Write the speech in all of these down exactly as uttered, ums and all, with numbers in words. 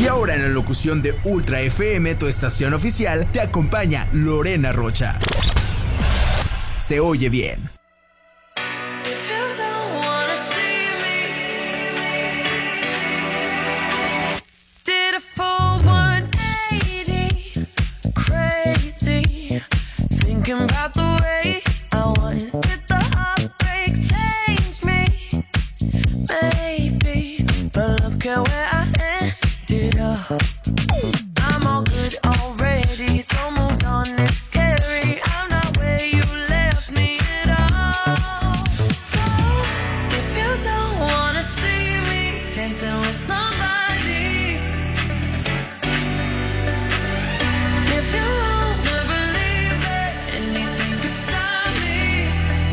Y ahora en la locución de Ultra F M, tu estación oficial, te acompaña Lorena Rocha. Se oye bien. Thinking about the way I was, did the heartbreak change me? Maybe, but look at where I ended up. I'm all good already, so moved on, it's scary. I'm not where you left me at all. So, if you don't wanna see me dancing with somebody, if you wanna believe that anything could stop me,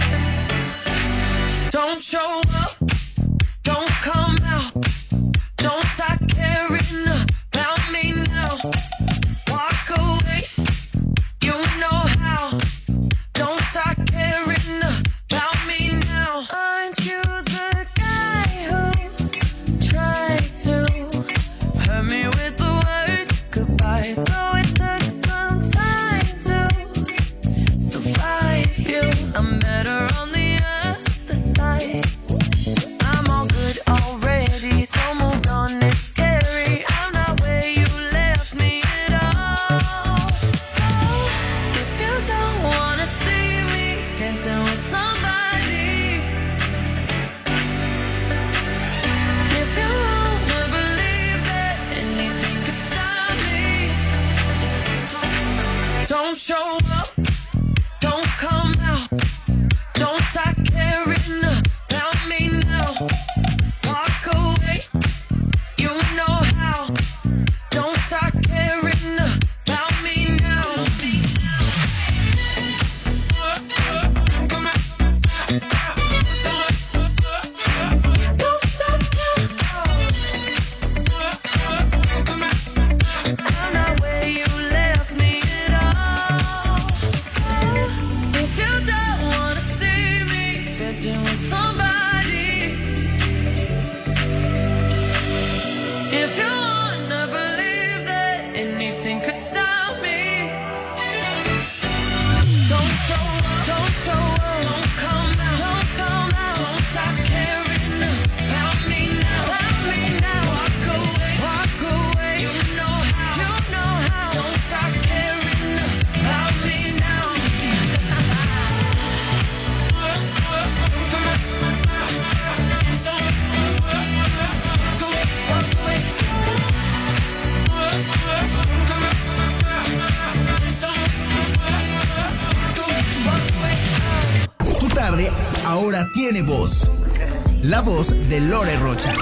don't show up, don't come out, don't start caring about me now. Walk away, you know how. Don't start caring about me now. Aren't you the guy who tried to hurt me with the word goodbye? Though it took some time to survive you, I'm better on the other side. I'm all good already, so moved on, it's scary. I'm not where you left me at all. So, if you don't wanna see me dancing with somebody, if you wanna believe that anything could stop me, don't show up, don't come out, don't start caring about me now. Walk away, you know how. Don't start caring about me now. Don't stop I'm not where you left me at all. So, if you don't wanna see me dancing with somebody, if you wanna believe that anything could stop me, don't show up, don't show up, don't come out, don't come out, don't stop caring about me now, about me now. Walk away, walk away, you know how, you know how. Don't stop caring about me now. Tu tarde ahora tiene voz. La voz de Lore Rocha.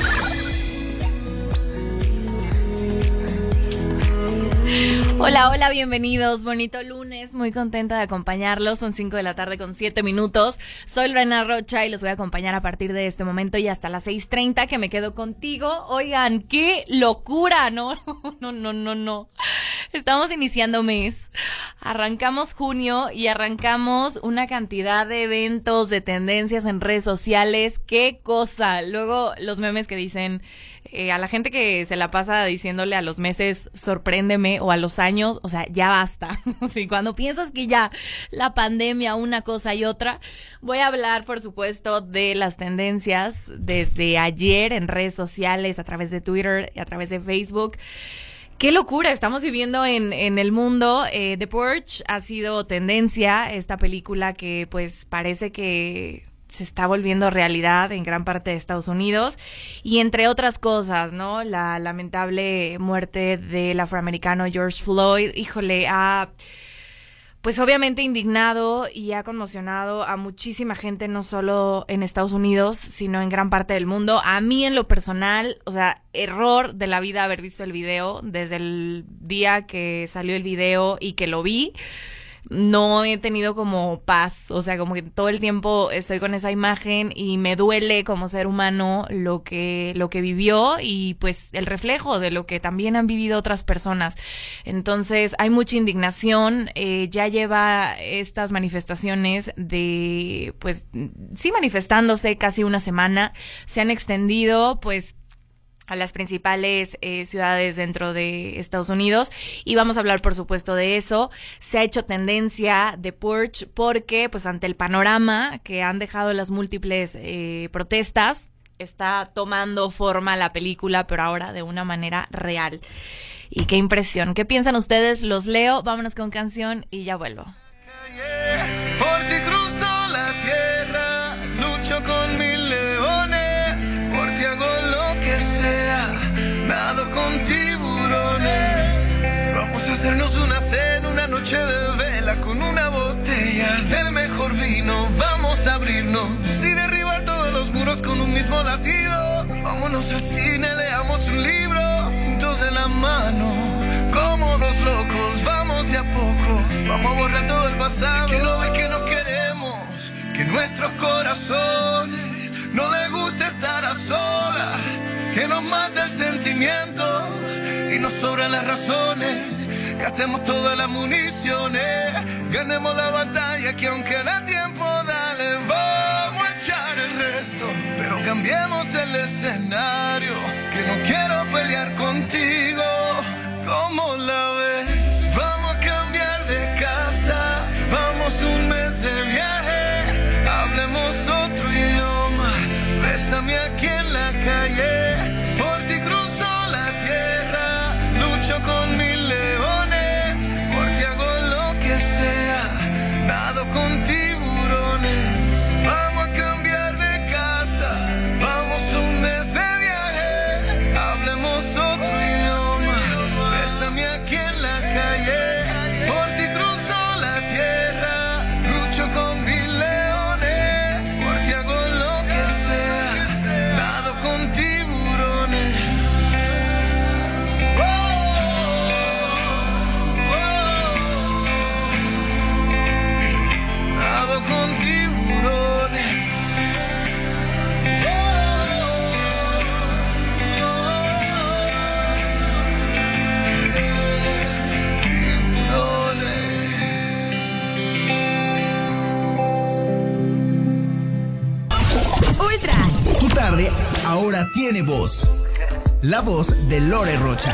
Hola, hola, bienvenidos, bonito lunes, muy contenta de acompañarlos, son cinco de la tarde con siete minutos, soy Lorena Rocha y los voy a acompañar a partir de este momento y hasta las seis treinta que me quedo contigo. Oigan, qué locura, ¿no? No, no, no, no, estamos iniciando mes, arrancamos junio y arrancamos una cantidad de eventos, de tendencias en redes sociales, qué cosa, luego los memes que dicen... Eh, a la gente que se la pasa diciéndole a los meses sorpréndeme o a los años, o sea, ya basta. Sí, cuando piensas que ya la pandemia, una cosa y otra, voy a hablar, por supuesto, de las tendencias desde ayer en redes sociales, a través de Twitter, a través de Facebook. ¡Qué locura! Estamos viviendo en, en el mundo. Eh, The Purge ha sido tendencia, esta película que pues parece que... se está volviendo realidad en gran parte de Estados Unidos y entre otras cosas, ¿no? La lamentable muerte del afroamericano George Floyd, híjole, ha pues obviamente indignado y ha conmocionado a muchísima gente, no solo en Estados Unidos, sino en gran parte del mundo. A mí en lo personal, o sea, error de la vida haber visto el video desde el día que salió el video y que lo vi. No he tenido como paz, o sea, como que todo el tiempo estoy con esa imagen y me duele como ser humano lo que lo que vivió y pues el reflejo de lo que también han vivido otras personas. Entonces hay mucha indignación, eh, ya lleva estas manifestaciones de, pues sí, manifestándose casi una semana, se han extendido pues a las principales eh, ciudades dentro de Estados Unidos, y vamos a hablar por supuesto de eso. Se ha hecho tendencia The Purge porque pues ante el panorama que han dejado las múltiples eh, protestas, está tomando forma la película, pero ahora de una manera real. Y qué impresión. ¿Qué piensan ustedes? Los leo, vámonos con canción y ya vuelvo. Por ti cruzo la tierra, lucho con mil leones, por ti hago lo que sea, nado con tiburones. Vamos a hacernos una cena, una noche de vela con una botella del mejor vino. Vamos a abrirnos y derribar todos los muros con un mismo latido. Vámonos al cine, leamos un libro juntos de la mano, como dos locos. Vamos de a poco, vamos a borrar todo el pasado. Que no ve que nos queremos, que nuestros corazones no les gusta estar a solas, que nos mata el sentimiento y nos sobran las razones. Gastemos todas las municiones, ganemos la batalla, que aunque da tiempo, dale, vamos a echar el resto. Pero cambiemos el escenario, que no quiero pelear contigo. ¿Cómo la ves? Vamos a cambiar de casa, vamos un mes de viaje, hablemos otro idioma, bésame aquí en la calle. Por ti cruzo la tierra, lucho con mil leones, por ti hago lo que sea, nado con tiburones. Vamos a cambiar de casa, vamos un mes de viaje, hablemos otro idioma, bésame aquí en la calle. Por ti cruzo la tierra, lucho con mil leones, por ti hago lo que sea, nado con tiburones. Oh, oh, oh. Nado con tiburones. Ultra. Tu tarde ahora tiene voz. La voz de Lore Rocha.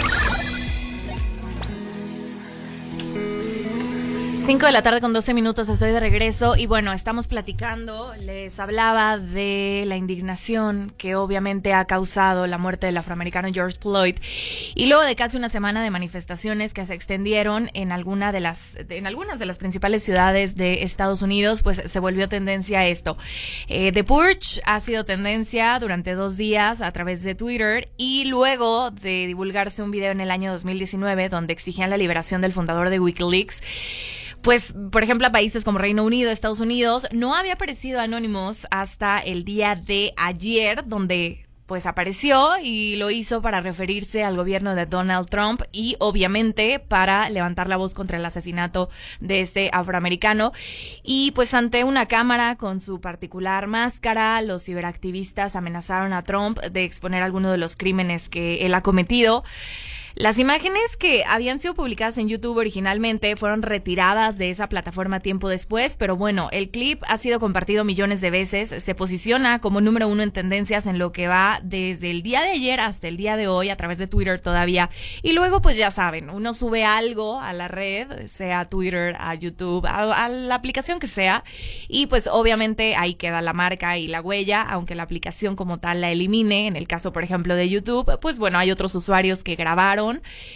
cinco de la tarde con doce minutos, estoy de regreso y bueno, estamos platicando, les hablaba de la indignación que obviamente ha causado la muerte del afroamericano George Floyd, y luego de casi una semana de manifestaciones que se extendieron en alguna de las en algunas de las principales ciudades de Estados Unidos, pues se volvió tendencia esto. Eh, The Purge ha sido tendencia durante dos días a través de Twitter, y luego de divulgarse un video en el año dos mil diecinueve donde exigían la liberación del fundador de Wikileaks, pues, por ejemplo, a países como Reino Unido, Estados Unidos, no había aparecido Anonymous hasta el día de ayer, donde pues apareció, y lo hizo para referirse al gobierno de Donald Trump y obviamente para levantar la voz contra el asesinato de este afroamericano. Y pues ante una cámara con su particular máscara, los ciberactivistas amenazaron a Trump de exponer algunos de los crímenes que él ha cometido. Las imágenes que habían sido publicadas en YouTube originalmente fueron retiradas de esa plataforma tiempo después, pero bueno, el clip ha sido compartido millones de veces, se posiciona como número uno en tendencias en lo que va desde el día de ayer hasta el día de hoy a través de Twitter todavía, y luego pues ya saben, uno sube algo a la red, sea Twitter, a YouTube, a, a la aplicación que sea, y pues obviamente ahí queda la marca y la huella, aunque la aplicación como tal la elimine. En el caso por ejemplo de YouTube, pues bueno, hay otros usuarios que grabaron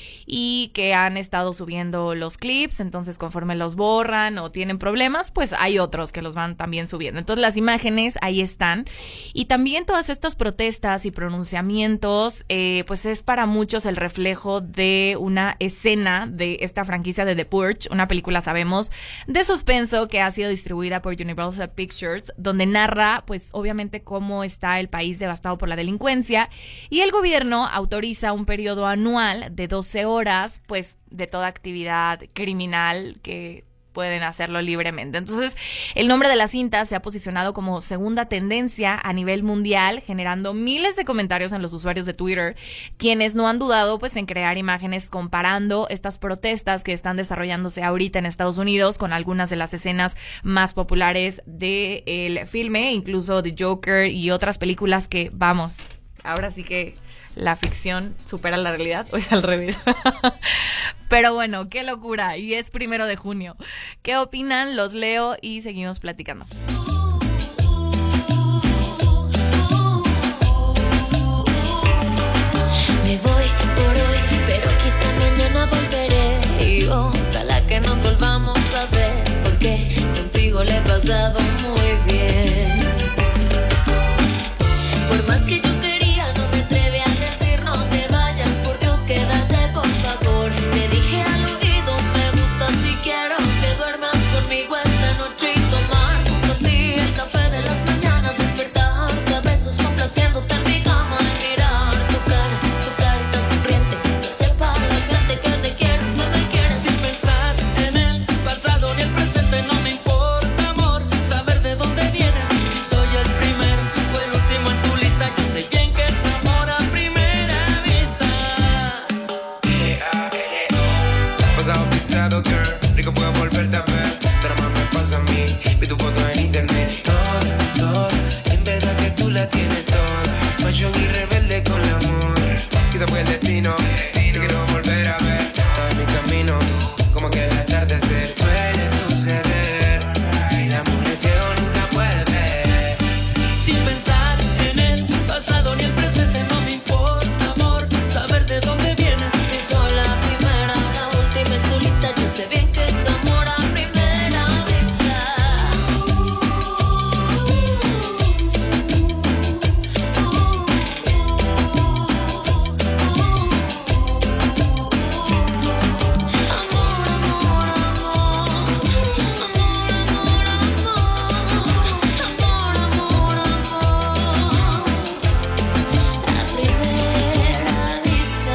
y que han estado subiendo los clips, entonces conforme los borran o tienen problemas, pues hay otros que los van también subiendo. Entonces las imágenes ahí están, y también todas estas protestas y pronunciamientos, eh, pues es para muchos el reflejo de una escena de esta franquicia de The Purge, una película, sabemos, de suspenso que ha sido distribuida por Universal Pictures, donde narra, pues obviamente, cómo está el país devastado por la delincuencia, y el gobierno autoriza un periodo anual de doce horas, pues, de toda actividad criminal que pueden hacerlo libremente. Entonces, el nombre de la cinta se ha posicionado como segunda tendencia a nivel mundial, generando miles de comentarios en los usuarios de Twitter, quienes no han dudado pues en crear imágenes comparando estas protestas que están desarrollándose ahorita en Estados Unidos con algunas de las escenas más populares del filme, incluso The Joker y otras películas que, vamos, ahora sí que la ficción supera la realidad, o es al revés. Pero bueno, qué locura, y es primero de junio. ¿Qué opinan? Los leo y seguimos platicando. Me voy por hoy, pero quizá mañana volveré. Y ojalá que nos volvamos a ver, porque contigo le he pasado muy bien. Por más que yo quería, no me atreví a decir no te vayas. Por Dios, quédate por favor. Te dije al oído, me gusta si quiero que duermas conmigo esta noche y tomar contigo el café de las mañanas. Despertarte a besos complaciéndote en mi cama y mirar tu cara, tu carita sonriente. Que sepa la gente que te quiero, que me quieres. Sin pensar en el pasado ni el presente, no me importa, amor, saber de dónde vienes. Si soy el primero o el último en tu lista, yo sé bien que es amor a primera vista. Pasado pisado, girl, rico puedo volverte a ver, pero más me pasa a mí. Vi tu foto en internet, toda, toda, en verdad que tú la tienes toda. Fashion y rebelde con el amor, quizá fue el destino. Te quiero volver a ver, todo en mi camino, como que el atardecer suele suceder. El amor es ciego, nunca puede ver. Sin pensar en el pasado ni el presente, no me importa, amor, saber de dónde vienes. Si soy la primera o la última en tu lista, yo sé bien que es amor a primera vista. Amor, amor, amor. Amor, amor, amor. Amor, amor, amor. A primera vista.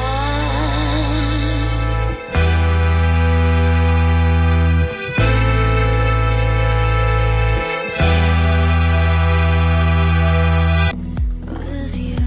With you.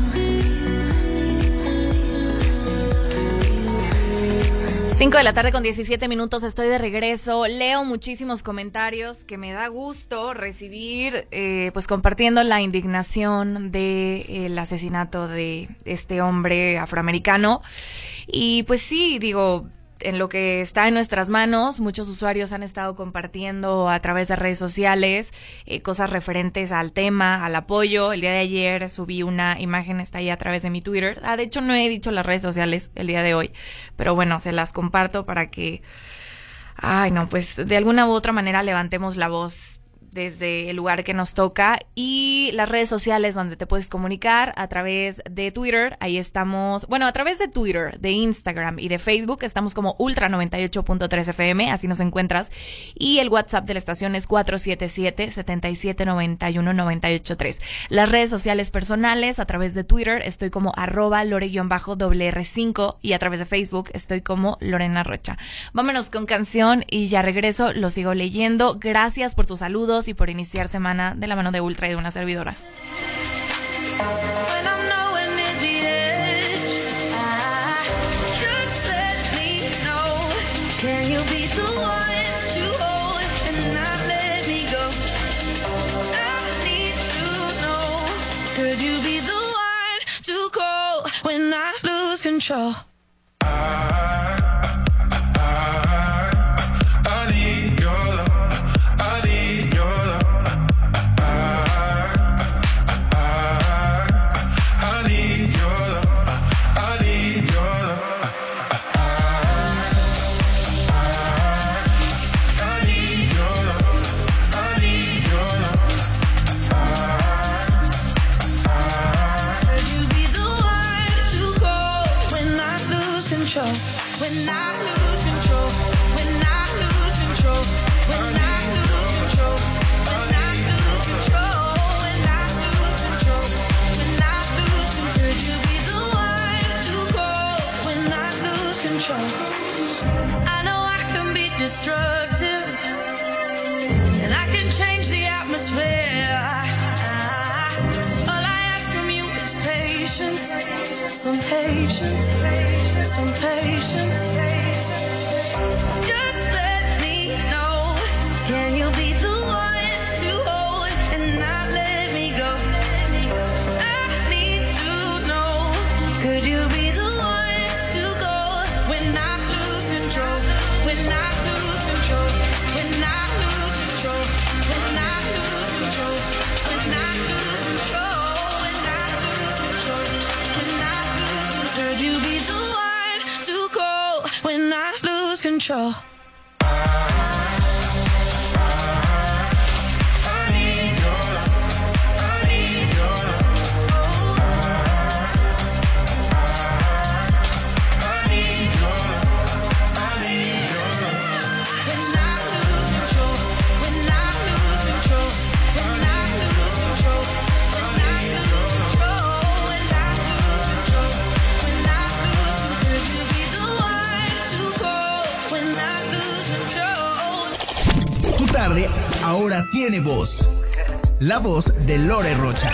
cinco de la tarde con diecisiete minutos, estoy de regreso. Leo muchísimos comentarios que me da gusto recibir, eh, pues compartiendo la indignación del asesinato de este hombre afroamericano. Y pues sí, digo, en lo que está en nuestras manos, muchos usuarios han estado compartiendo a través de redes sociales eh, cosas referentes al tema, al apoyo. El día de ayer subí una imagen, está ahí a través de mi Twitter. Ah, de hecho no he dicho las redes sociales el día de hoy, pero bueno, se las comparto para que, ay no, pues de alguna u otra manera levantemos la voz desde el lugar que nos toca, y las redes sociales donde te puedes comunicar a través de Twitter. Ahí estamos, bueno, a través de Twitter, de Instagram y de Facebook estamos como Ultra noventa y ocho punto tres F M, así nos encuentras, y el WhatsApp de la estación es cuatro siete siete, siete siete nueve uno, nueve ocho tres. Las redes sociales personales, a través de Twitter estoy como arroba lore-W R cinco, y a través de Facebook estoy como Lorena Rocha. Vámonos con canción y ya regreso, lo sigo leyendo. Gracias por sus saludos y por iniciar semana de la mano de Ultra y de una servidora. When I'm nowhere near the edge, I just let me know. Can you be the one to hold and not let me go? I need to know. Could you be the one to call when I lose control? When I lose control, when I lose control, when I lose control, when I lose control, when I lose control, when I lose control, could you be the one to call when I lose control? I know I can be destructive, and I can change the atmosphere. All I ask from you is patience, some patience, some patience. Just let me know. Can you be the one to hold and not let me go? I need to know. Could you lose control. Tu tarde ahora tiene voz. La voz de Lore Rocha.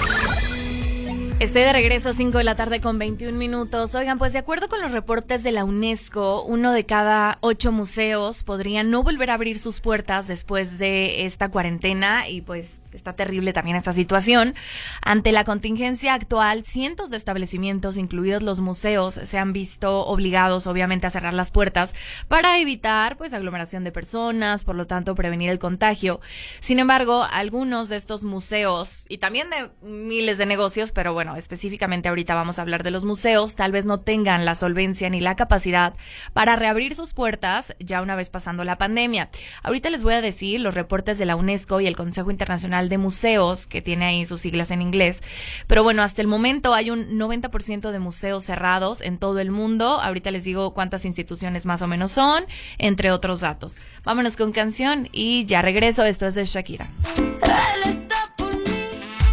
Estoy de regreso, cinco de la tarde con veintiún minutos. Oigan, pues de acuerdo con los reportes de la UNESCO, uno de cada ocho museos podría no volver a abrir sus puertas después de esta cuarentena y pues está terrible también esta situación. Ante la contingencia actual, cientos de establecimientos, incluidos los museos, se han visto obligados obviamente a cerrar las puertas para evitar pues aglomeración de personas, por lo tanto prevenir el contagio. Sin embargo, algunos de estos museos y también de miles de negocios, pero bueno, específicamente ahorita vamos a hablar de los museos, tal vez no tengan la solvencia ni la capacidad para reabrir sus puertas ya una vez pasando la pandemia. Ahorita les voy a decir los reportes de la UNESCO y el Consejo Internacional de Museos, que tiene ahí sus siglas en inglés, pero bueno, hasta el momento hay un noventa por ciento de museos cerrados en todo el mundo. Ahorita les digo cuántas instituciones más o menos son, entre otros datos. Vámonos con canción y ya regreso. Esto es de Shakira. Él está por mí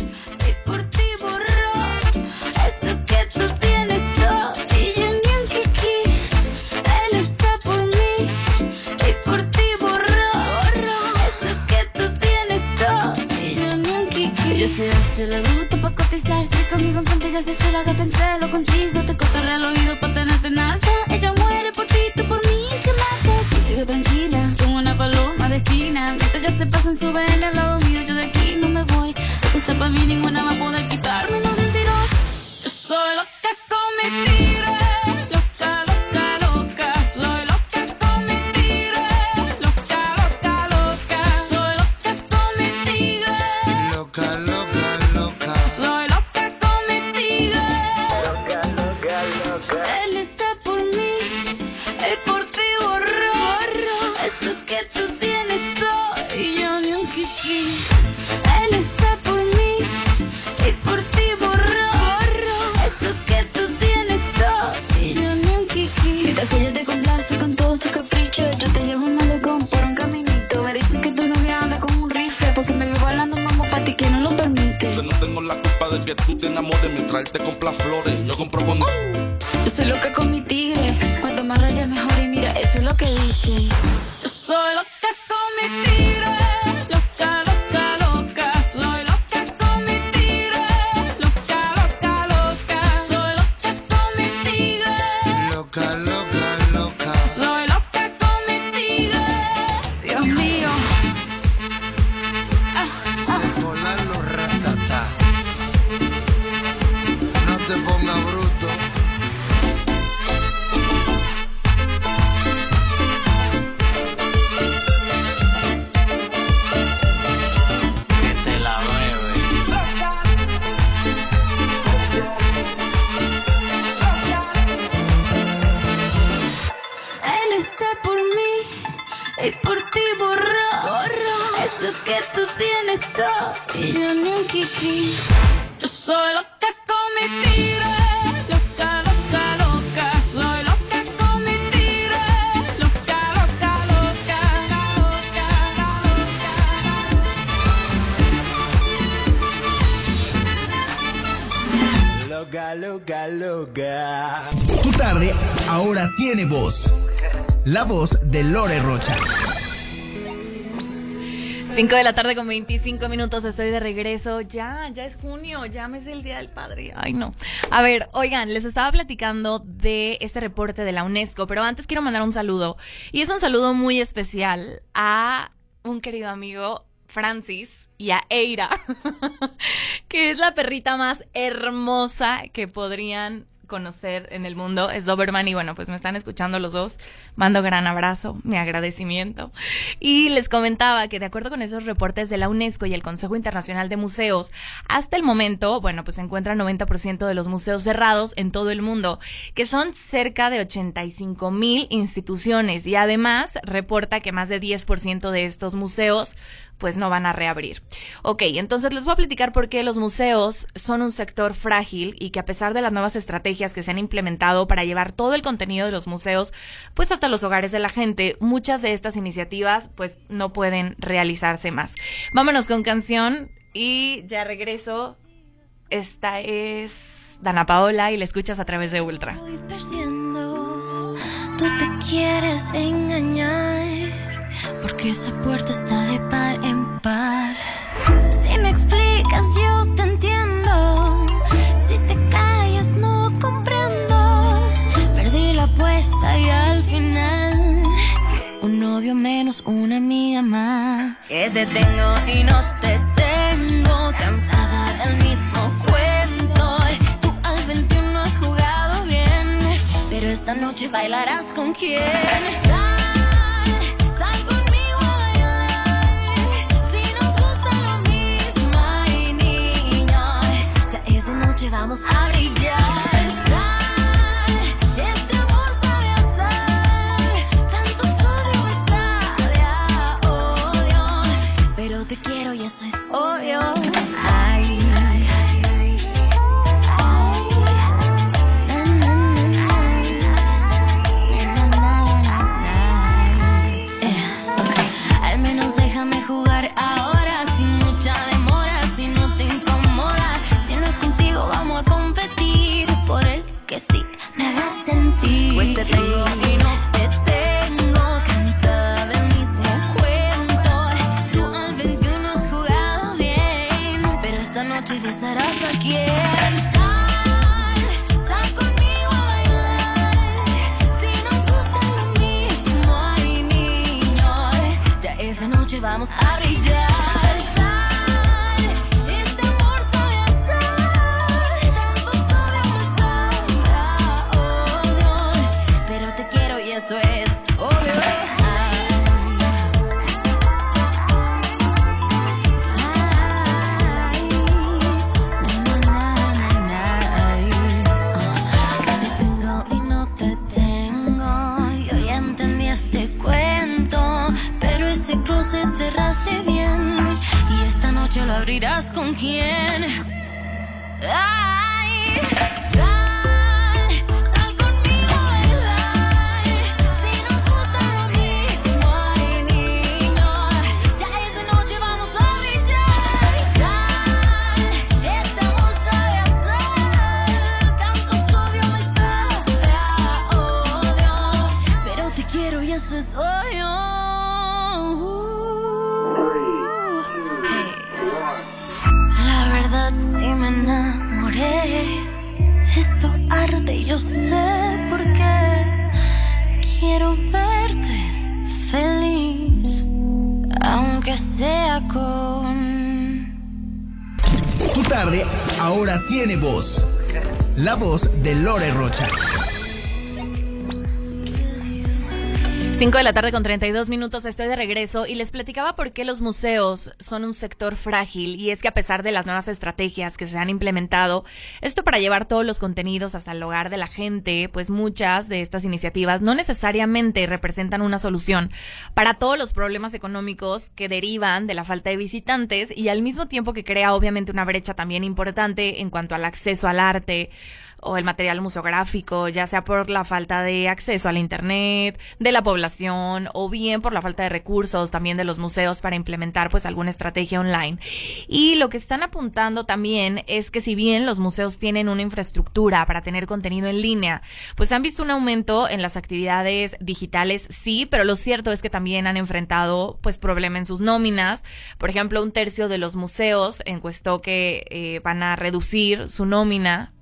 y por ti borró eso que tú tienes todo y yo ni un kiki. Él está por mí y por ti borró eso que tú tienes todo y yo ni un kiki. Ella se hace la bruta pa' cotizarse conmigo enfrente, ya se hace la gata en celo contigo, te cotorrea al oído pa' tenerte en alta. Ella muere por ti, tú por mí, que matas. Yo sigo tranquila como una paloma de esquina, mientras ya se pasan su ven al lado mío, yo de aquí no me voy. Lo que está pa' mí ninguna va a poder quitarme, no de un tirón. Yo soy loca con mi tiro, loca, loca, loca. Soy loca con mi tiro, loca, loca, loca. Soy loca con mi tiro, Loca, loca, loca. soy loca con mi tiro. Él está por mí, él por ti borró eso que tú tienes todo y yo ni un kiki. Él está por mí y por ti borró eso que tú tienes todo y yo ni un kiki. Mientras ella te complace con todos tus caprichos, yo te llevo un malecón por un caminito. Me dicen que tu novia anda con un rifle porque me veo bailando mambo pa' ti que no lo permite. Yo no tengo la culpa de que tú te enamores mientras él te compra flores. Yo compro con... Yo soy loca con mi tigre, cuanto más rayas mejor y mira, eso es lo que dicen. Yo soy loca con mi tigre, loca, loca, loca. Soy loca con mi tigre, loca, loca, loca. Soy loca con mi tigre, Loca, loca, loca. soy loca con mi tigre. Dios mío. Ah, ah. Se colan los ratatá. No te pongas bruto. Que te la bebe. Él está por mí y por ti borró eso que tú tienes todo y yo ni un kiki. Yo soy loca con mi tiro, loca, loca, loca. Soy loca con mi tiro, loca, loca, loca, loca, Loca, loca, loca. Tu tarde ahora tiene voz. La voz de Lore Rocha. cinco de la tarde con veinticinco minutos, estoy de regreso. Ya, ya es junio, ya me es el Día del Padre. Ay, no. A ver, oigan, les estaba platicando de este reporte de la UNESCO, pero antes quiero mandar un saludo. Y es un saludo muy especial a un querido amigo, Francis, y a Eira, que es la perrita más hermosa que podrían conocer en el mundo es Doberman y bueno, pues me están escuchando los dos. Mando gran abrazo, mi agradecimiento. Y les comentaba que de acuerdo con esos reportes de la UNESCO y el Consejo Internacional de Museos, hasta el momento, bueno, pues se encuentran noventa por ciento de los museos cerrados en todo el mundo, que son cerca de ochenta y cinco mil instituciones y además reporta que más de diez por ciento de estos museos pues no van a reabrir. Ok, entonces les voy a platicar por qué los museos son un sector frágil y que a pesar de las nuevas estrategias que se han implementado para llevar todo el contenido de los museos pues hasta los hogares de la gente, muchas de estas iniciativas pues no pueden realizarse más. Vámonos con canción y ya regreso. Esta es Dana Paola y la escuchas a través de Ultra. Voy perdiendo, tú te quieres engañar, porque esa puerta está de par en par. Si me explicas yo te entiendo, si te callas no comprendo. Perdí la apuesta y al final un novio menos, una amiga más. Que te tengo y no te tengo, cansada del mismo cuento. Tú al veintiuno has jugado bien, pero esta noche bailarás con quién. Vamos a brillar. Sal, este amor sabe a sal, tanto sodio me sabe a odio, pero te quiero y eso es obvio. Ay, ay, ay, ay, ay, na, na, na, na, na, na. Eh, okay. Al menos déjame jugar ahora sin mucha demora, si no te incomoda, si no es contigo vamos a competir por el que sí me hagas sentir. Pues te tengo y no te tengo, cansada del mismo cuento. Tú al veintiuno has jugado bien, pero esta noche besarás a quién. Sal, sal conmigo a bailar, si nos gusta lo mismo, ay niño, ya esa noche vamos a brillar. Eso es obvio. Ay, na, na, na, na, ay. Que te tengo y no te tengo, yo ya entendí este cuento, pero ese closet cerraste bien y esta noche lo abrirás con quién. Ay, eso es obvio. Hey. La verdad sí me enamoré. Esto arde y yo sé por qué. Quiero verte feliz, aunque sea con... Tu tarde ahora tiene voz. La voz de Lore Rocha. cinco de la tarde con treinta y dos minutos, estoy de regreso y les platicaba por qué los museos son un sector frágil, y es que a pesar de las nuevas estrategias que se han implementado, esto para llevar todos los contenidos hasta el hogar de la gente, pues muchas de estas iniciativas no necesariamente representan una solución para todos los problemas económicos que derivan de la falta de visitantes, y al mismo tiempo que crea obviamente una brecha también importante en cuanto al acceso al arte o el material museográfico, ya sea por la falta de acceso al internet de la población o bien por la falta de recursos también de los museos para implementar pues alguna estrategia online. Y lo que están apuntando también es que si bien los museos tienen una infraestructura para tener contenido en línea, pues han visto un aumento en las actividades digitales, sí, pero lo cierto es que también han enfrentado pues problemas en sus nóminas. Por ejemplo, un tercio de los museos encuestó que eh, van a reducir su nómina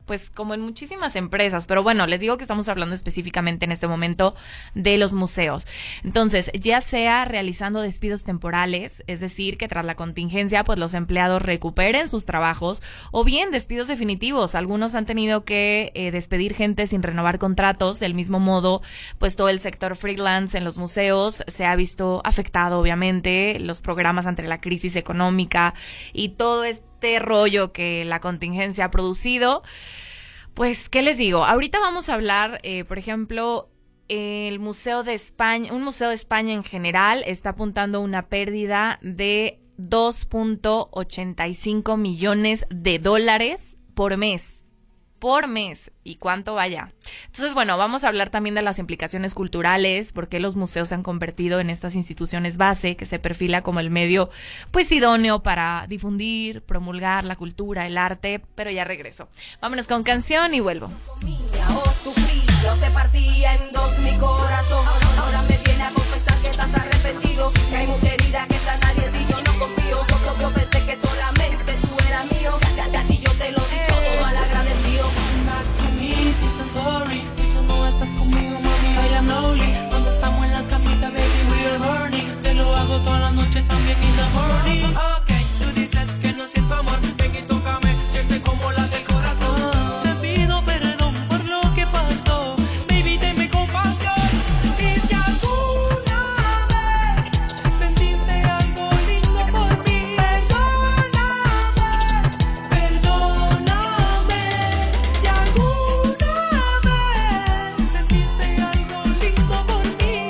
pues como en muchísimas empresas, pero bueno, les digo que estamos hablando específicamente en este momento de los museos. Entonces, ya sea realizando despidos temporales, es decir, que tras la contingencia, pues los empleados recuperen sus trabajos, o bien despidos definitivos. Algunos han tenido que eh, despedir gente sin renovar contratos. Del mismo modo, pues todo el sector freelance en los museos se ha visto afectado, obviamente, los programas ante la crisis económica y todo este rollo que la contingencia ha producido. Pues, ¿qué les digo? Ahorita vamos a hablar, eh, por ejemplo, el Museo de España, un museo de España en general está apuntando una pérdida de dos punto ochenta y cinco millones de dólares por mes. Por mes. ¿Y cuánto vaya? Entonces, bueno, vamos a hablar también de las implicaciones culturales, por qué los museos se han convertido en estas instituciones base, que se perfila como el medio, pues, idóneo para difundir, promulgar la cultura, el arte, pero ya regreso. Vámonos con canción y vuelvo. Comía o sufría o se partía en dos mi corazón. Ahora me viene a confesar que estás arrepentido, que hay mucha herida que está nadie y yo no confío. Yo, yo pensé que solamente tú eras mío, y yo te lo di todo mal agradecido. Back to me, dicen sorry. Si tú no estás conmigo, mami, I am lonely. Cuando estamos en la camita, baby, we are horny. Te lo hago toda la noche, también in the morning. Ok, tú dices que no siento amor. Ven y tócame, siente como la del corazón. Te pido perdón por lo que pasó. Baby, tenme compasión. Y si alguna vez sentiste algo lindo por mí, perdóname, perdóname. Si alguna vez sentiste algo lindo por mí,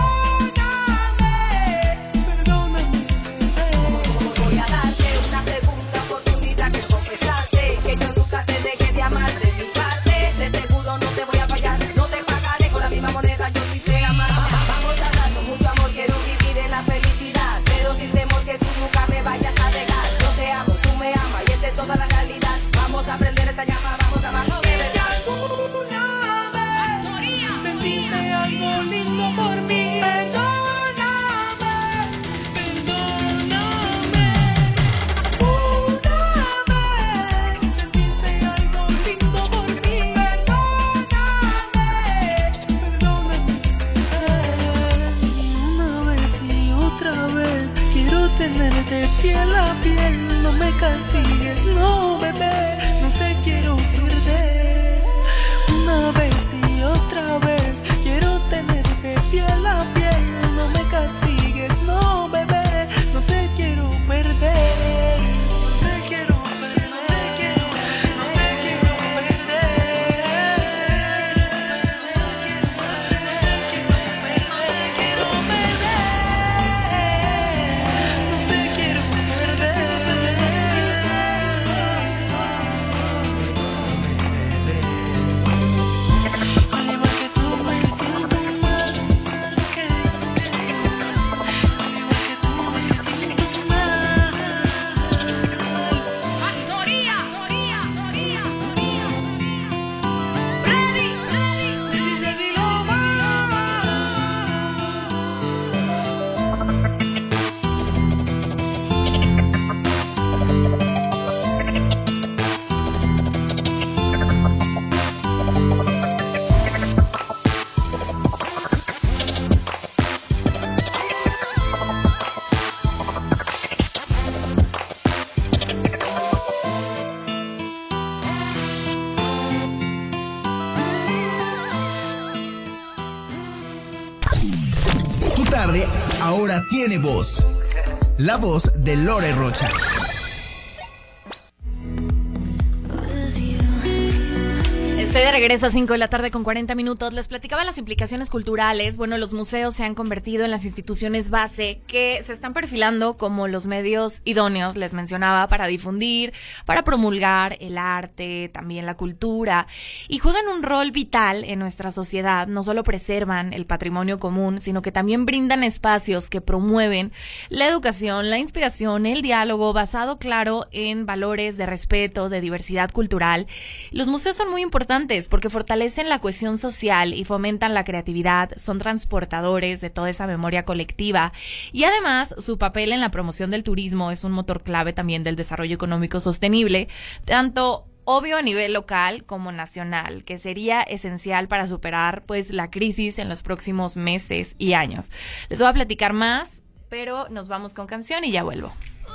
perdóname, perdóname. Voy a darte una segunda oportunidad que confesarte que yo nunca te dejé de amar de mi parte. De seguro no te voy a fallar, no te pagaré con la misma moneda, yo sí sé amar. Vamos a darnos mucho amor, quiero vivir en la felicidad, pero sin temor que tú nunca me vayas a dejar. Yo te amo, tú me amas y esa es toda la realidad. Vamos a prender esta llama, vamos a amarnos de Si verdad. alguna vez sentiste algo lindo por mí, perdóname, perdóname. Una vez sentiste algo lindo por mí, perdóname, perdóname. Una vez y otra vez quiero tenerte piel a piel. No me castigues, no, bebé, no te quiero perder. Una vez y otra vez quiero tenerte piel a piel. No me castigues, no, bebé, no te quiero perder. No te quiero perder, no te quiero, no te quiero perder. Quiero perder, no te quiero perder. Al igual que tú me siento mal, que al igual que tú me siento mal. Factoría, Factoría, Factoría, Ready, ready. This is Eddie Lover. Tu tarde ahora tiene voz. La voz de Lore Rocha. Estoy de regreso a cinco de la tarde con cuarenta minutos. Les platicaba las implicaciones culturales. Bueno, los museos se han convertido en las instituciones base que se están perfilando como los medios idóneos, les mencionaba, para difundir, para promulgar el arte, también la cultura, y juegan un rol vital en nuestra sociedad. No solo preservan el patrimonio común, sino que también brindan espacios que promueven la educación, la inspiración, el diálogo, basado, claro, en valores de respeto, de diversidad cultural. Los museos son muy importantes porque fortalecen la cohesión social y fomentan la creatividad, son transportadores de toda esa memoria colectiva, y además su papel en la promoción del turismo es un motor clave también del desarrollo económico sostenible, tanto obvio a nivel local como nacional, que sería esencial para superar pues la crisis en los próximos meses y años. Les voy a platicar más, pero nos vamos con canción y ya vuelvo.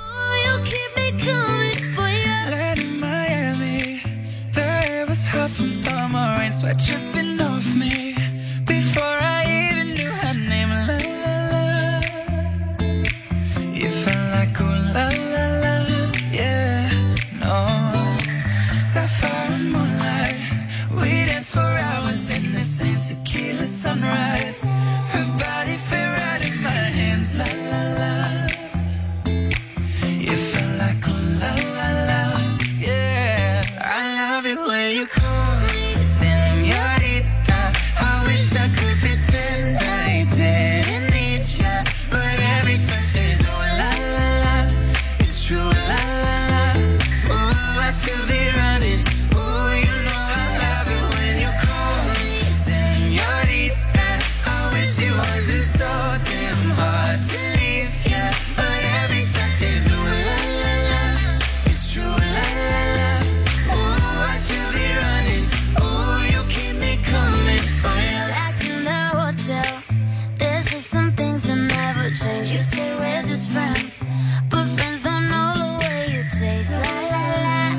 Land in Miami, the air was hot from summer rain, sweat dripping off me before I even knew her name. La la la, you felt like ooh la la la, yeah, no. Sapphire and moonlight, we danced for hours in the same tequila sunrise. Her body fit right in my hands, la la la. You felt like ooh la la la, yeah. I love it when you call me señorita. I wish I could pretend I didn't need ya, but every touch is ooh la la la. It's true, la la la. Ooh, I should be running. Ooh, you know I love it when you call me señorita. I wish it wasn't so damn hard to leave ya, but every touch is ooh la la la. It's true, la la la. Ooh, I should be running. Ooh, you keep me coming for ya. Back in the hotel, there's just some things that never change. You say we're just friends, but friends don't know the way you taste. La la la.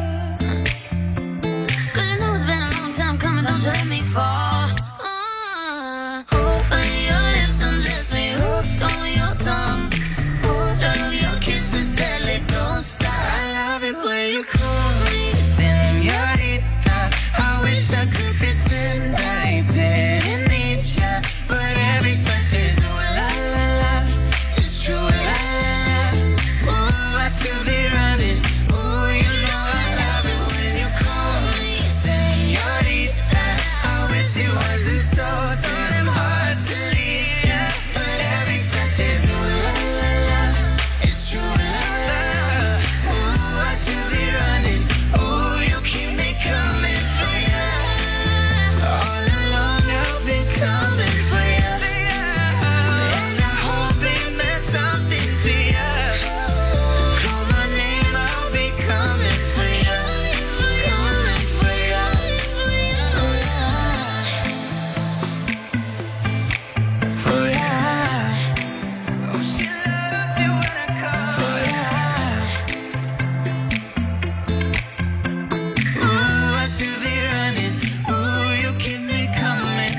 Cause I know it's been a long time coming, don't you let me fall. Uh, when your lips undress me, hooked on your tongue. Love your kisses, deadly, don't stop. I love it when you call me señorita. I wish I could pretend I didn't need ya, but every touch is ooh la la la. It's true, la la la. Ooh, I should be running. Ooh, you know I love it when you call me señorita. I wish it wasn't so damn hard to leave ya, but every touch is ooh la la la. It's true, la la la. Ooh, I should be running. Ooh, you keep me coming for ya. All along I've been coming for ya, and I hope it meant something to ya. Call my name, I'll be coming for ya, coming for ya. For ya. Oh, she loves it when I call for ya. Ooh, I should be running. Ooh, you keep me coming.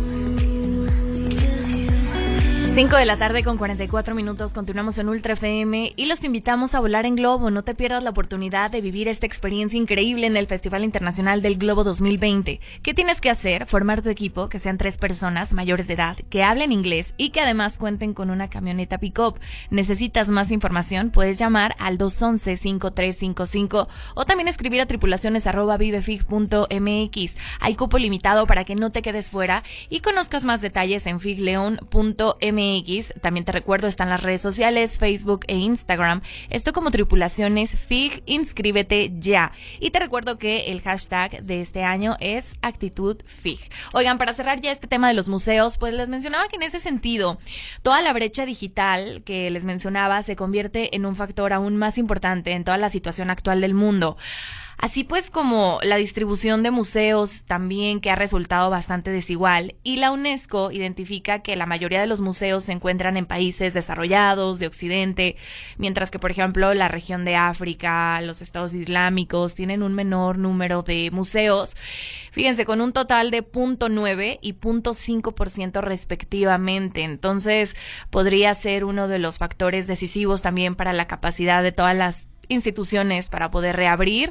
cinco de la tarde con cuarenta y cuatro minutos, continuamos en Ultra F M y los invitamos a volar en globo. No te pierdas la oportunidad de vivir esta experiencia increíble en el Festival Internacional del Globo dos mil veinte. ¿Qué tienes que hacer? Formar tu equipo, que sean tres personas mayores de edad, que hablen inglés y que además cuenten con una camioneta pick-up. ¿Necesitas más información? Puedes llamar al dos once, cinco tres cinco cinco o también escribir a tripulaciones arroba vivefig punto mx. Hay cupo limitado para que no te quedes fuera y conozcas más detalles en figleon punto mx. También te recuerdo, están las redes sociales, Facebook e Instagram. Esto como Tripulaciones Fig, inscríbete ya. Y te recuerdo que el hashtag de este año es Actitud Fig. Oigan, para cerrar ya este tema de los museos, pues les mencionaba que en ese sentido, toda la brecha digital que les mencionaba se convierte en un factor aún más importante en toda la situación actual del mundo. Así pues como la distribución de museos también, que ha resultado bastante desigual, y la UNESCO identifica que la mayoría de los museos se encuentran en países desarrollados de Occidente, mientras que por ejemplo la región de África, los estados islámicos tienen un menor número de museos. Fíjense, con un total de cero punto nueve y cero punto cinco por ciento respectivamente. Entonces podría ser uno de los factores decisivos también para la capacidad de todas las instituciones para poder reabrir.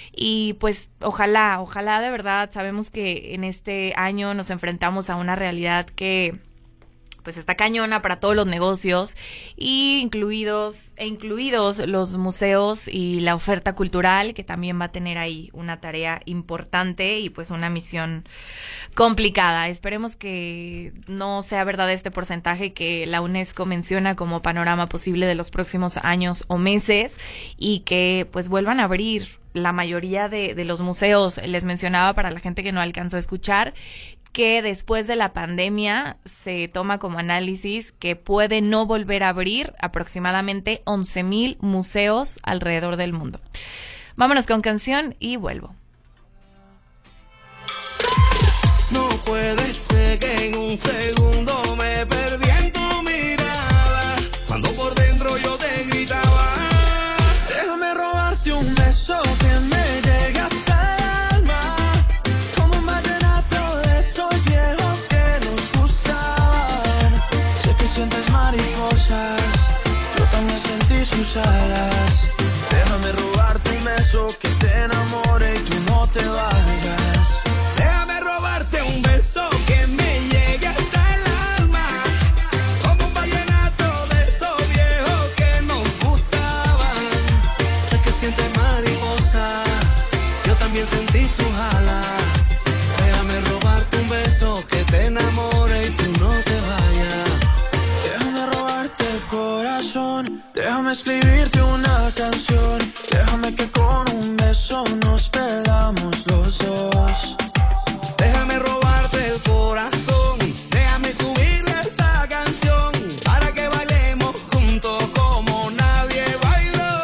Y pues ojalá, ojalá de verdad, sabemos que en este año nos enfrentamos a una realidad que pues está cañona para todos los negocios, y incluidos e incluidos los museos y la oferta cultural, que también va a tener ahí una tarea importante y pues una misión complicada. Esperemos que no sea verdad este porcentaje que la UNESCO menciona como panorama posible de los próximos años o meses, y que pues vuelvan a abrir la mayoría de, de los museos. Les mencionaba, para la gente que no alcanzó a escuchar, que después de la pandemia se toma como análisis que puede no volver a abrir aproximadamente once mil museos alrededor del mundo. Vámonos con canción y vuelvo. No puede ser que en un segundo me perdí en tu mirada, cuando por dentro yo te gritaba. Déjame robarte un beso que me llegue hasta el alma, como un vallenato de esos viejos que nos gustaban. Sé que sientes mariposas, yo también sentí sus alas. Déjame robarte un beso que te enamore y tú no te vayas. Déjame robarte un beso que me llegue hasta el alma, como un vallenato de esos viejos que nos gustaban. Sé que sientes mariposa, yo también sentí sus alas. Déjame robarte un beso que te enamore y tú no te vayas. Déjame robarte el corazón, déjame escribirte una canción. Déjame que con un beso nos perdamos los dos. Déjame robarte el corazón, déjame subirle esta canción, para que bailemos juntos como nadie bailó.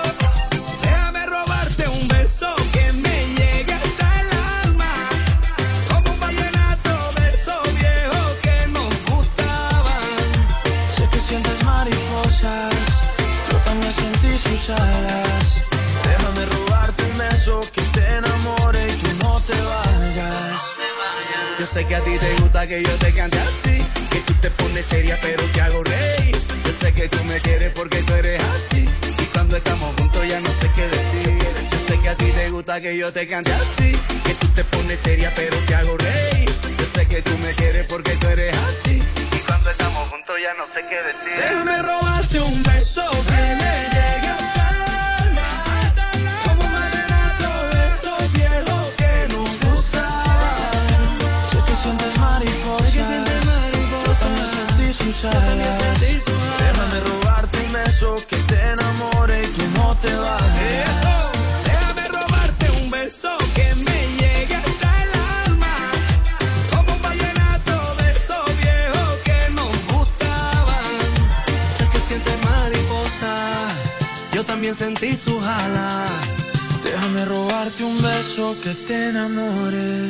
Déjame robarte un beso que me llegue hasta el alma, como un vallenato de esos viejos que nos gustaban. Sé que sientes mariposas, yo también sentí sus alas. Déjame robarte un beso que te enamore y tú no te vayas. Yo sé que a ti te gusta que yo te cante así, que tú te pones seria pero te hago reír. Yo sé que tú me quieres porque tú eres así, y cuando estamos juntos ya no sé qué decir. Yo sé que a ti te gusta que yo te cante así, que tú te pones seria pero te hago reír. Yo sé que tú me quieres porque tú eres así, y cuando estamos juntos ya no sé qué decir. Déjame robarte un beso que me llegue hasta el alma, como un vallenato de esos viejos que nos gustaban. Sé que sientes mariposa, sé que sientes mariposa, yo también sentí sus alas. Déjame robarte un beso que te enamore y tú no te vayas. Eso. Déjame robarte un beso que me llegue hasta el alma, como un vallenato de esos viejos que nos gustaban. Sé que sientes mariposa, yo también sentí sus alas. Déjame robarte un beso que te enamore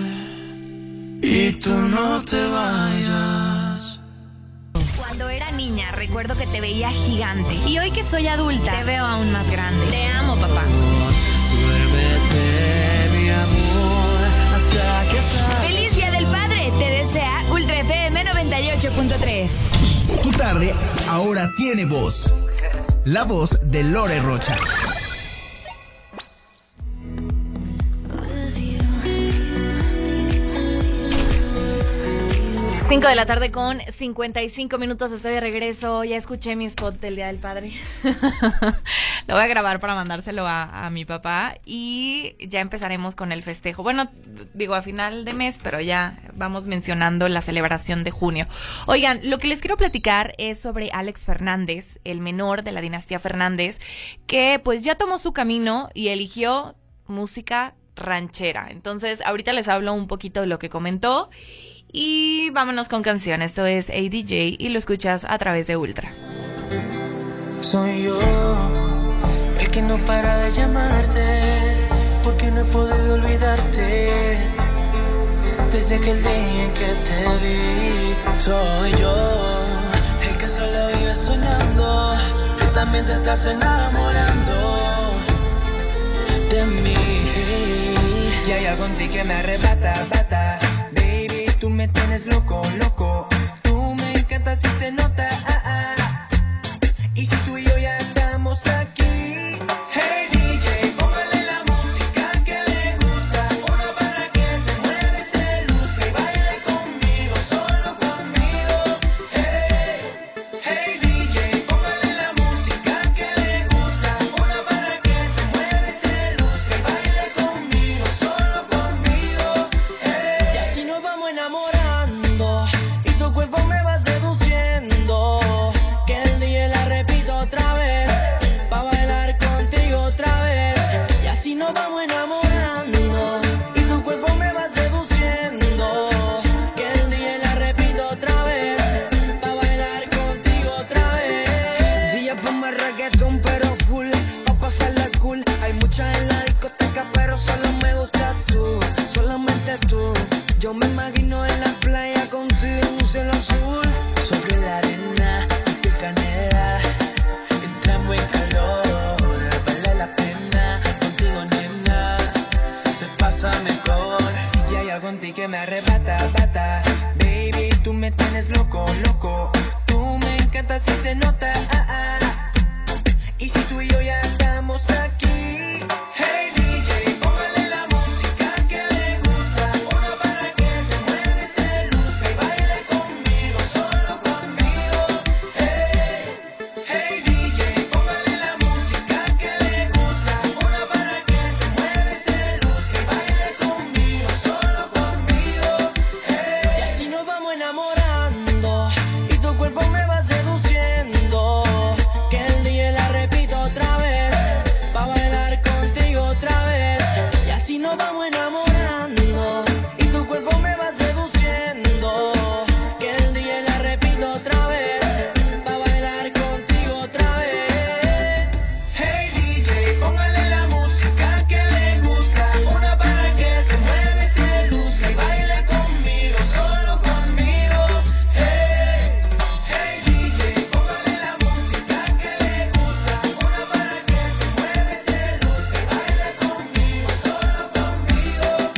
y tú no te vayas. Cuando era niña, recuerdo que te veía gigante. Y hoy que soy adulta, te veo aún más grande. Te amo, papá. Duérmete, mi amor, hasta que salga. ¡Feliz Día del Padre! Te desea Ultra F M noventa y ocho punto tres. Tu tarde ahora tiene voz. La voz de Lore Rocha. cinco de la tarde con cincuenta y cinco minutos, estoy de regreso. Ya escuché mi spot del Día del Padre. Lo voy a grabar para mandárselo a, a mi papá y ya empezaremos con el festejo. Bueno, digo a final de mes, pero ya vamos mencionando la celebración de junio. Oigan, lo que les quiero platicar es sobre Alex Fernández, el menor de la dinastía Fernández, que pues ya tomó su camino y eligió música ranchera. Entonces, ahorita les hablo un poquito de lo que comentó. Y vámonos con canción. Esto es A D J y lo escuchas a través de Ultra. Soy yo el que no para de llamarte, porque no he podido olvidarte desde aquel día en que te vi. Soy yo el que solo vive soñando, que también te estás enamorando de mí. Y hay algo en ti que me arrebata, bata. Tú me tienes loco, loco. Tú me encantas y se nota. Ah, ah. Y si tú y yo ya estamos aquí. Hey D J, póngale la música que le gusta. Una para que se mueve, se luzca y baile conmigo, solo conmigo. Hey, hey D J, póngale la música que le gusta. Una para que se mueve, se luzca y baile conmigo, solo conmigo. Hey. Y así nos vamos enamorando y así se nota. Ah, ah. Y si tú y yo ya estamos aquí. Hey D J, póngale la música que le gusta. Una para que se mueve, se luzca y baile conmigo, solo conmigo. Hey, hey D J, póngale la música que le gusta. Una para que se mueve, se luzca y baile conmigo, solo conmigo. Hey. Y así nos vamos enamorando y tu cuerpo me va seduciendo. Que el día la repito otra vez, pa' bailar contigo otra vez. Y así nos vamos enamorando y tu cuerpo me va seduciendo. Que el día la repito otra vez, pa' bailar contigo otra vez. Hey D J, póngale la música que le gusta. Una para que se mueve, se luzca y baile conmigo, solo conmigo. Hey, hey D J, póngale la música que le gusta. Una para que se mueve, se luzca y baile conmigo, solo conmigo.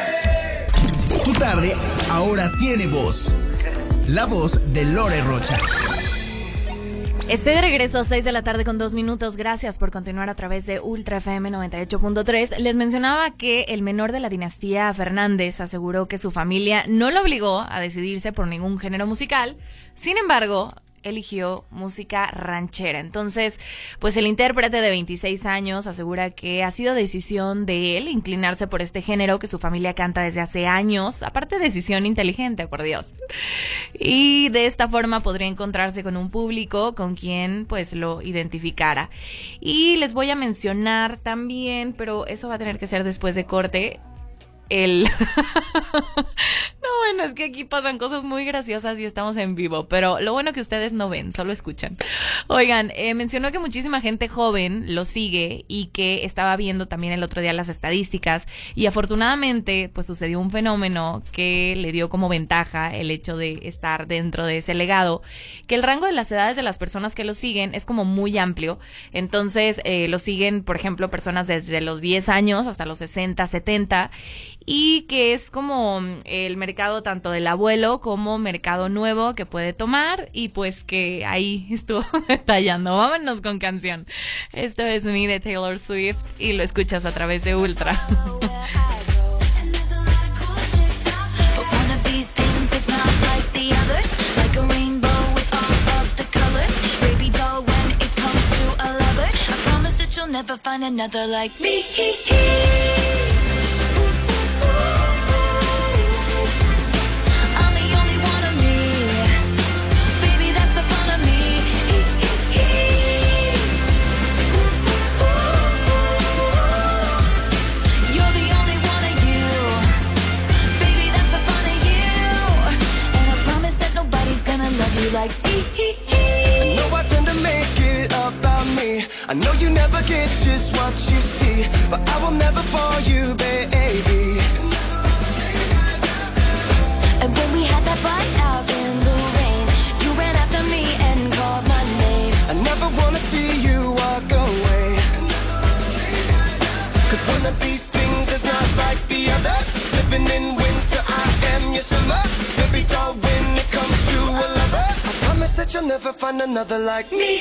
Hey. Tu tarde ahora tiene voz. La voz de Lore Rocha. Estoy de regreso a seis de la tarde con dos minutos. Gracias por continuar a través de Ultra F M noventa y ocho punto tres. Les mencionaba que el menor de la dinastía Fernández aseguró que su familia no lo obligó a decidirse por ningún género musical. Sin embargo, eligió música ranchera. Entonces, pues el intérprete de veintiséis años asegura que ha sido decisión de él inclinarse por este género que su familia canta desde hace años. Aparte, decisión inteligente, por Dios. Y de esta forma podría encontrarse con un público con quien pues lo identificara. Y les voy a mencionar también, pero eso va a tener que ser después de corte, el... No, bueno, es que aquí pasan cosas muy graciosas y estamos en vivo, pero lo bueno que ustedes no ven, solo escuchan. Oigan, eh, mencionó que muchísima gente joven lo sigue y que estaba viendo también el otro día las estadísticas y afortunadamente pues sucedió un fenómeno que le dio como ventaja el hecho de estar dentro de ese legado, que el rango de las edades de las personas que lo siguen es como muy amplio. Entonces eh, lo siguen, por ejemplo, personas desde los diez años hasta los sesenta, setenta, y que es como el mercado tanto del abuelo como mercado nuevo que puede tomar, y pues que ahí estuvo detallando. Vámonos con canción. Esto es Me de Taylor Swift y lo escuchas a través de Ultra. Never find another like me. I'm the only one of me. Baby, that's the fun of me. You're the only one of you. Baby, that's the fun of you. And I promise that nobody's gonna love you like me. I know I tend to make it about me. I know you never get just what you see, but I will never bore you, baby. And when we had that fight out in the rain, you ran after me and called my name. I never wanna see you walk away. Cause one of these things is not like the others. Living in winter, I am your summer. Baby doll, when it comes to a lover, I promise that you'll never find another like me.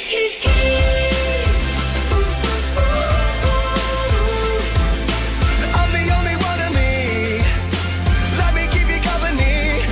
I'm the only one of me. Let me keep you company.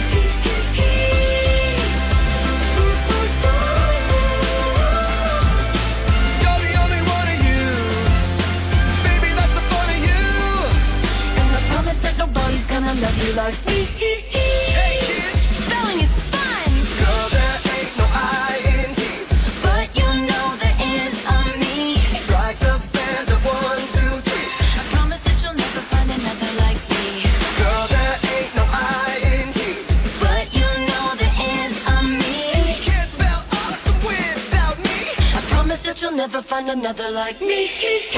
You're the only one of you. Baby, that's the fun of you. And I promise that nobody's gonna love you like me. Hey kids, Spelling is fun, girl, there ain't no I N T. but you know there is a me. Strike the band at one, two, three. I promise that you'll never find another like me. Girl, there ain't no I N T. But you know there is a me. You can't spell awesome without me. I promise that you'll never find another like me.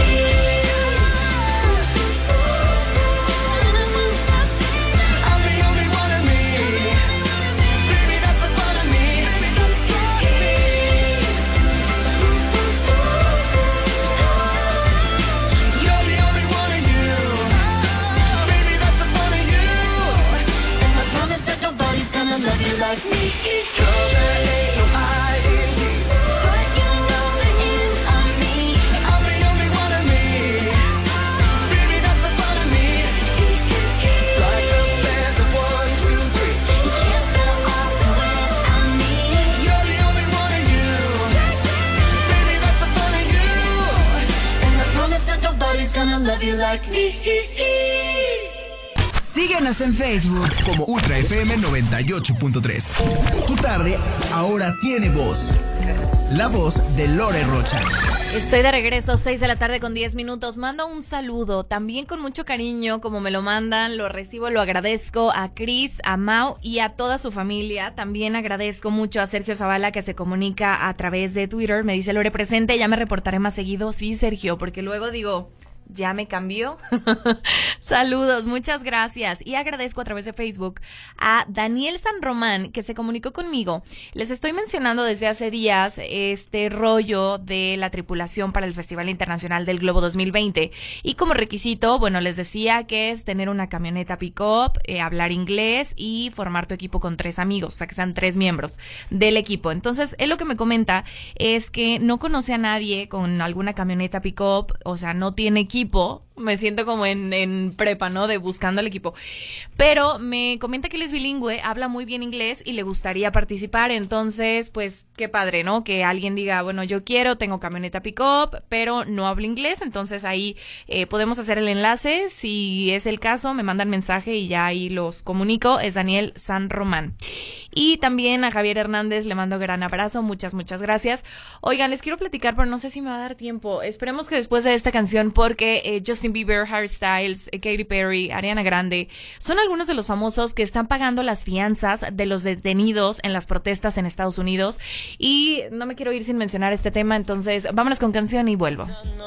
I'm the only one of me. Baby, that's the fun of me. You're the only one of you. Baby, that's the fun of you. And I promise that nobody's gonna love you like me. Girl, there ain't no I N T. like me. Síguenos en Facebook como Ultra F M noventa y ocho punto tres. Tu tarde ahora tiene voz. La voz de Lore Rocha. Estoy de regreso, seis de la tarde con diez minutos. Mando un saludo, también con mucho cariño, como me lo mandan, lo recibo, lo agradezco a Cris, a Mau y a toda su familia. También agradezco mucho a Sergio Zavala, que se comunica a través de Twitter. Me dice: Lore presente, ya me reportaré más seguido. Sí, Sergio, porque luego digo... ¿ya me cambió? Saludos, muchas gracias. Y agradezco a través de Facebook a Daniel San Román, que se comunicó conmigo. Les estoy mencionando desde hace días este rollo de la tripulación para el Festival Internacional del Globo dos mil veinte. Y como requisito, bueno, les decía que es tener una camioneta pick-up, eh, hablar inglés y formar tu equipo con tres amigos, o sea, que sean tres miembros del equipo. Entonces, él lo que me comenta es que no conoce a nadie con alguna camioneta pick-up, o sea, no tiene equipo. Me siento como en, en prepa, ¿no? De buscando el equipo. Pero me comenta que él es bilingüe, habla muy bien inglés y le gustaría participar. Entonces, pues, qué padre, ¿no? Que alguien diga, bueno, yo quiero, tengo camioneta pick-up, pero no hablo inglés. Entonces, ahí eh, podemos hacer el enlace. Si es el caso, me mandan mensaje y ya ahí los comunico. Es Daniel San Román. Y también a Javier Hernández le mando gran abrazo. Muchas, muchas gracias. Oigan, les quiero platicar, pero no sé si me va a dar tiempo. Esperemos que después de esta canción, porque eh, Justin Bieber, Harry Styles, eh, Katy Perry, Ariana Grande, son algunos de los famosos que están pagando las fianzas de los detenidos en las protestas en Estados Unidos. Y no me quiero ir sin mencionar este tema, entonces vámonos con canción y vuelvo.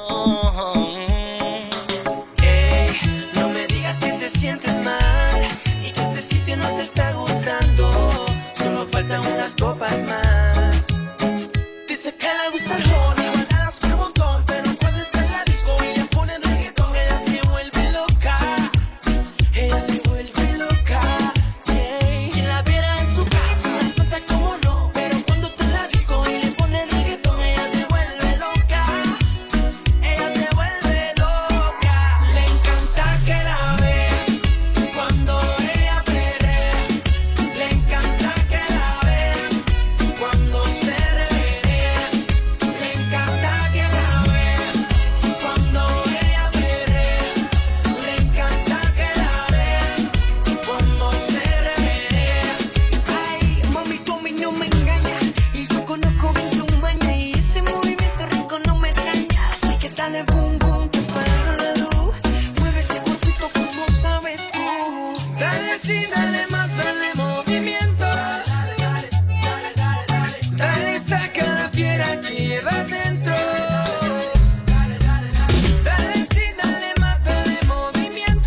Hey, no me digas que te sientes mal y que este sitio no te está gustando. Solo faltan unas copas más. Dice que le gusta el honey, baladas por un montón, pero cuando está en la disco y le ponen reggaetón, ella se vuelve loca. Ella se vuelve loca. Yeah. Quien la viera en su casa, una santa como no, pero cuando está en la disco y le ponen reggaetón, ella se vuelve loca. Ella se vuelve loca. Le encanta que la vean cuando ella perrea. Le encanta que la vean cuando se revenea. Le encanta que la vean cuando ella perrea. Le encanta que la vean cuando se revenea. Ay, mami, tú a mí no me engañas y yo conozco bien tu maña y ese movimiento rico no me extraña. Así que dale boom boom, que para la luz. Mueve ese cuerpito como sabes tú. Dale sí, dale más, dale movimiento. Dale, saca la fiera que llevas dentro. Dale sí, dale más, dale movimiento.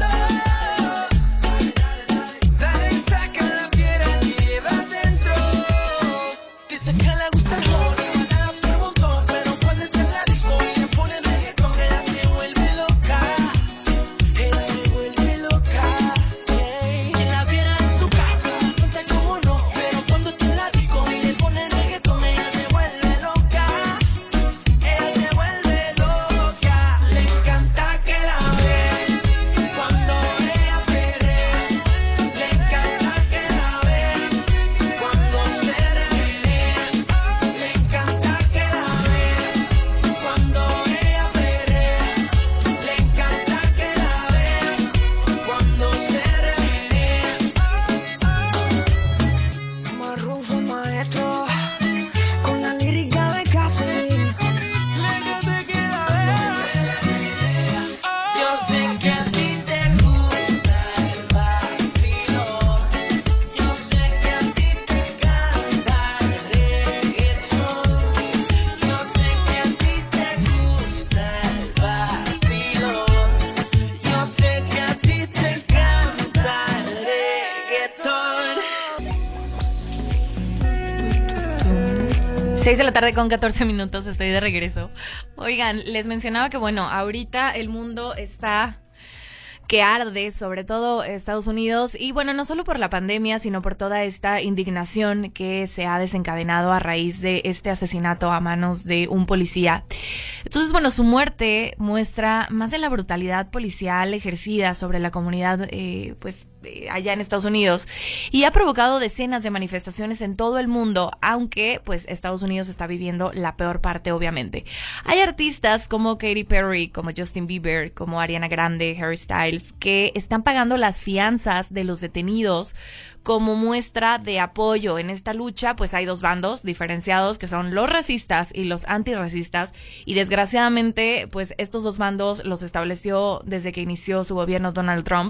Dale, saca la fiera que llevas dentro. Dice que le gusta el honey, baladas por un montón, pero cuando está en la disco y le ponen reggaetón, ella se vuelve loca. Ella se vuelve loca. Yeah. Quien la viera en su casa, santa como no, pero cuando está en la disco y le ponen reggaetón, ella se vuelve loca. Ella se vuelve loca. Le encanta que la vean cuando ella perrea. Le encanta que la vean cuando se revenea. Le encanta que la vean cuando ella perrea. Le encanta que la vean cuando se revenea. Marrufo maestro con la lírica de Caselín. Yo sé que a ti te gusta el vacilón. Yo sé que a ti te encanta el reggaetón. Yo sé que a ti te gusta el vacilón. Yo sé que a ti te encanta el reggaetón. seis de la tarde con catorce minutos, estoy de regreso. Oigan, les mencionaba que, bueno, ahorita el mundo está que arde, sobre todo Estados Unidos, y bueno, no solo por la pandemia, sino por toda esta indignación que se ha desencadenado a raíz de este asesinato a manos de un policía. Entonces, bueno, su muerte muestra más de la brutalidad policial ejercida sobre la comunidad, eh, pues, eh, allá en Estados Unidos y ha provocado decenas de manifestaciones en todo el mundo, aunque pues Estados Unidos está viviendo la peor parte, obviamente. Hay artistas como Katy Perry, como Justin Bieber, como Ariana Grande, Harry Styles, que están pagando las fianzas de los detenidos como muestra de apoyo en esta lucha. Pues hay dos bandos diferenciados, que son los racistas y los antirracistas, y desgraciadamente pues estos dos bandos los estableció desde que inició su gobierno Donald Trump.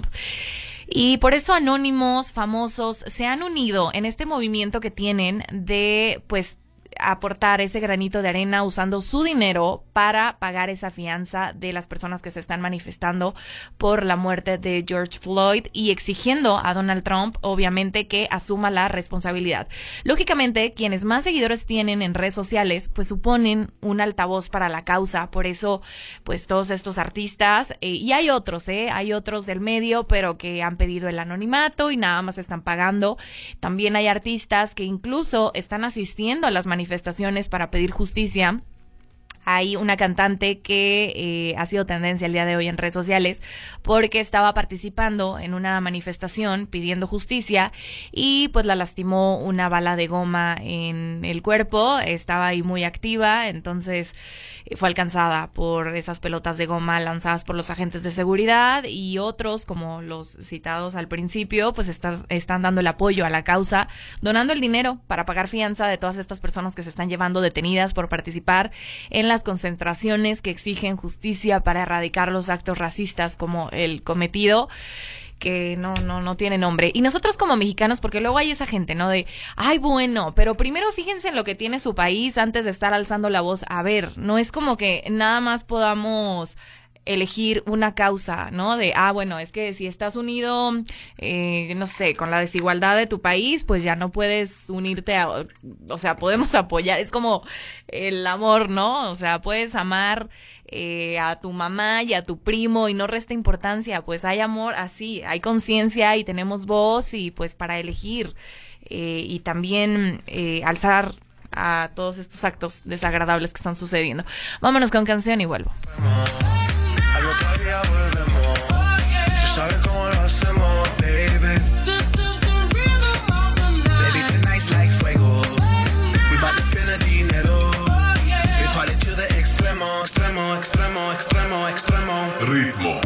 Y por eso anónimos, famosos, se han unido en este movimiento que tienen de pues aportar ese granito de arena usando su dinero para pagar esa fianza de las personas que se están manifestando por la muerte de George Floyd y exigiendo a Donald Trump, obviamente, que asuma la responsabilidad. Lógicamente, quienes más seguidores tienen en redes sociales, pues suponen un altavoz para la causa. Por eso, pues todos estos artistas, eh, y hay otros, eh, hay otros del medio, pero que han pedido el anonimato y nada más están pagando. También hay artistas que incluso están asistiendo a las manifestaciones manifestaciones para pedir justicia. Hay una cantante que eh, ha sido tendencia el día de hoy en redes sociales porque estaba participando en una manifestación pidiendo justicia y pues la lastimó una bala de goma en el cuerpo. Estaba ahí muy activa, entonces eh, fue alcanzada por esas pelotas de goma lanzadas por los agentes de seguridad, y otros, como los citados al principio, pues está, están dando el apoyo a la causa, donando el dinero para pagar fianza de todas estas personas que se están llevando detenidas por participar en las concentraciones que exigen justicia para erradicar los actos racistas como el cometido, que no, no, no tiene nombre. Y nosotros como mexicanos, porque luego hay esa gente, ¿no? De, ay, bueno, pero primero fíjense en lo que tiene su país antes de estar alzando la voz. A ver, no es como que nada más podamos elegir una causa, ¿no? De, ah, bueno, es que si estás unido, eh, no sé, con la desigualdad de tu país, pues ya no puedes unirte a, o sea, podemos apoyar, es como el amor, ¿no? O sea, puedes amar eh, a tu mamá y a tu primo y no resta importancia, pues hay amor así, hay conciencia y tenemos voz y pues para elegir eh, y también eh, alzar a todos estos actos desagradables que están sucediendo. Vámonos con canción y vuelvo. Al otro día volvemos. Tú sabes cómo lo hacemos, baby. This is the rhythm of the night. Baby, tonight's like fuego. We bout to spend the dinero. We party to the extremo, extremo, extremo, extremo, extremo. Ritmo.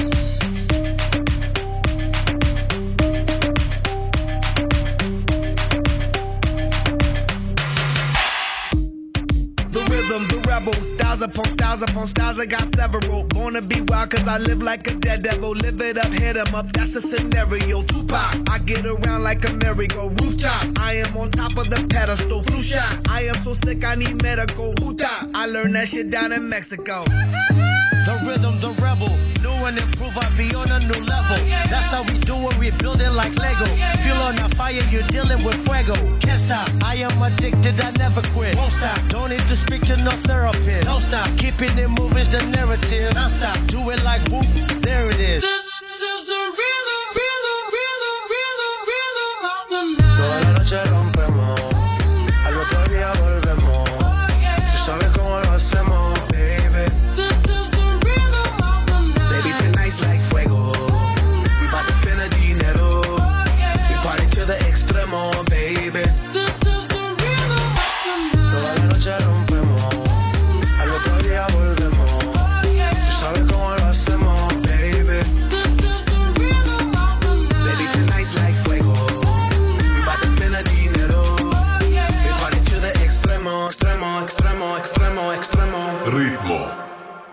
The rebel, styles upon styles upon styles, I got several. Born to be wild cause I live like a dead devil. Live it up, hit 'em up, that's a scenario. Tupac, I get around like a merry-go. Rooftop, I am on top of the pedestal. Flu shot, I am so sick I need medical. Huta, I learned that shit down in Mexico. The rhythm, the rebel. New and improve, I be on a new level. That's how we do it, we build it like Lego. Feel on a fire, you're dealing with fuego. Can't stop, I am addicted, I never quit. Won't stop, don't need to speak to no therapist. Don't stop, keeping it moving's the narrative. Don't stop, do it like whoop, there it is. This is the rhythm, rhythm, rhythm, rhythm, rhythm of the night. Toda la noche rompemos, al otro día volvemos. Tú sabes cómo lo hacemos, baby. This is the rhythm of the night. Baby, tonight's like fuego. We bout to spend the dinero. We party to the extremo, baby. This is the rhythm of the night. Toda la noche rompemos, al otro día volvemos. Tú sabes cómo lo hacemos, baby. This is the rhythm of the night. Baby, tonight's like fuego. We bout to spend the dinero. We party to the extremo, extremo, extremo, extremo, extremo. Ritmo.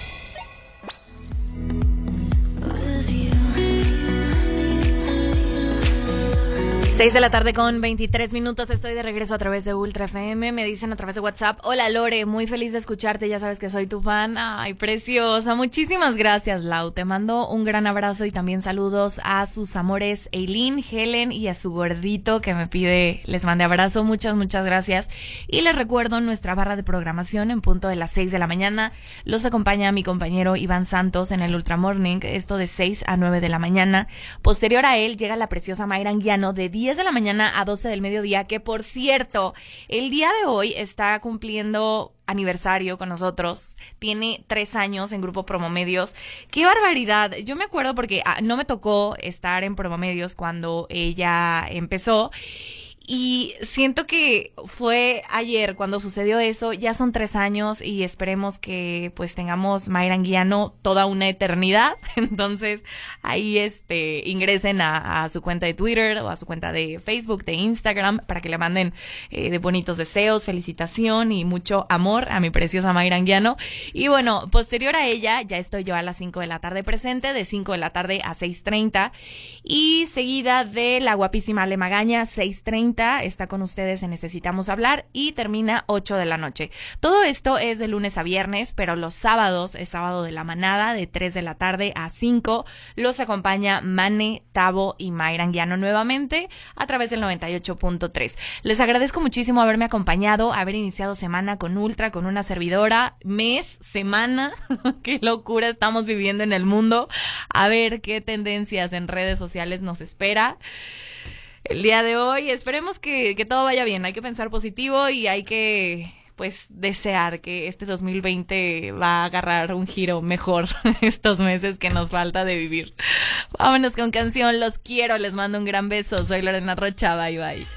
seis de la tarde con veintitrés minutos, estoy de regreso a través de Ultra F M, me dicen a través de WhatsApp, hola Lore, muy feliz de escucharte, ya sabes que soy tu fan, ay preciosa, muchísimas gracias Lau, te mando un gran abrazo y también saludos a sus amores Eileen, Helen y a su gordito que me pide, les mande abrazo, muchas muchas gracias y les recuerdo nuestra barra de programación en punto de las seis de la mañana, los acompaña mi compañero Iván Santos en el Ultra Morning, esto de seis a nueve de la mañana, posterior a él llega la preciosa Mayra Anguiano de diez diez de la mañana a doce del mediodía, que por cierto, el día de hoy está cumpliendo aniversario con nosotros, tiene tres años en Grupo Promomedios. ¡Qué barbaridad! Yo me acuerdo porque ah, no me tocó estar en Promomedios cuando ella empezó. Y siento que fue ayer cuando sucedió eso, ya son tres años y esperemos que pues tengamos Mayra Anguiano toda una eternidad. Entonces ahí este ingresen a, a su cuenta de Twitter o a su cuenta de Facebook, de Instagram, para que le manden eh, de bonitos deseos, felicitación y mucho amor a mi preciosa Mayra Anguiano. Y bueno, posterior a ella ya estoy yo a las cinco de la tarde presente, de cinco de la tarde a seis treinta, y seguida de la guapísima Ale Magaña, seis treinta. Está con ustedes en Necesitamos Hablar y termina ocho de la noche. Todo esto es de lunes a viernes, pero los sábados es sábado de la manada, de tres de la tarde a cinco. Los acompaña Mane, Tavo y Mayra Anguiano nuevamente a través del noventa y ocho punto tres. Les agradezco muchísimo haberme acompañado, haber iniciado semana con Ultra, con una servidora, mes, semana. Qué locura estamos viviendo en el mundo. A ver qué tendencias en redes sociales nos espera el día de hoy. Esperemos que, que todo vaya bien. Hay que pensar positivo y hay que, pues, desear que este dos mil veinte va a agarrar un giro mejor estos meses que nos falta de vivir. Vámonos con canción. Los quiero. Les mando un gran beso. Soy Lorena Rocha. Bye, bye.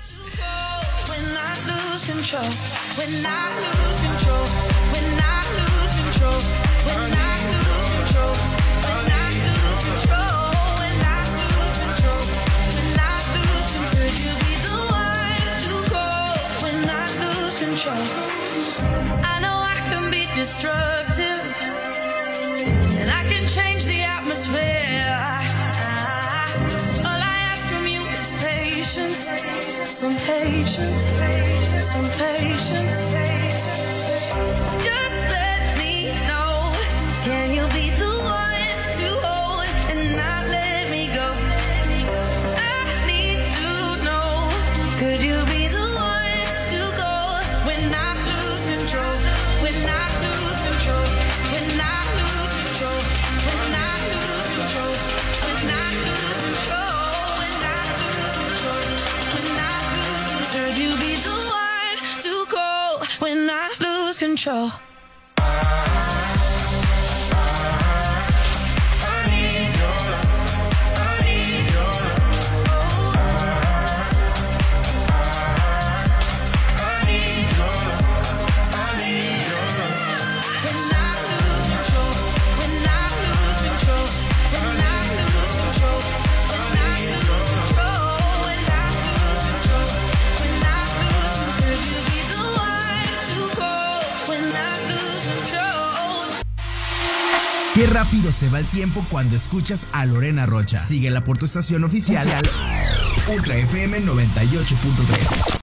I know I can be destructive, and I can change the atmosphere. All I ask from you is patience, some patience, some patience. Just let me know, can you be the one to hold and not let me go? I need to know, could you be the control? Qué rápido se va el tiempo cuando escuchas a Lorena Rocha. Síguela por tu estación oficial Ultra F M noventa y ocho punto tres.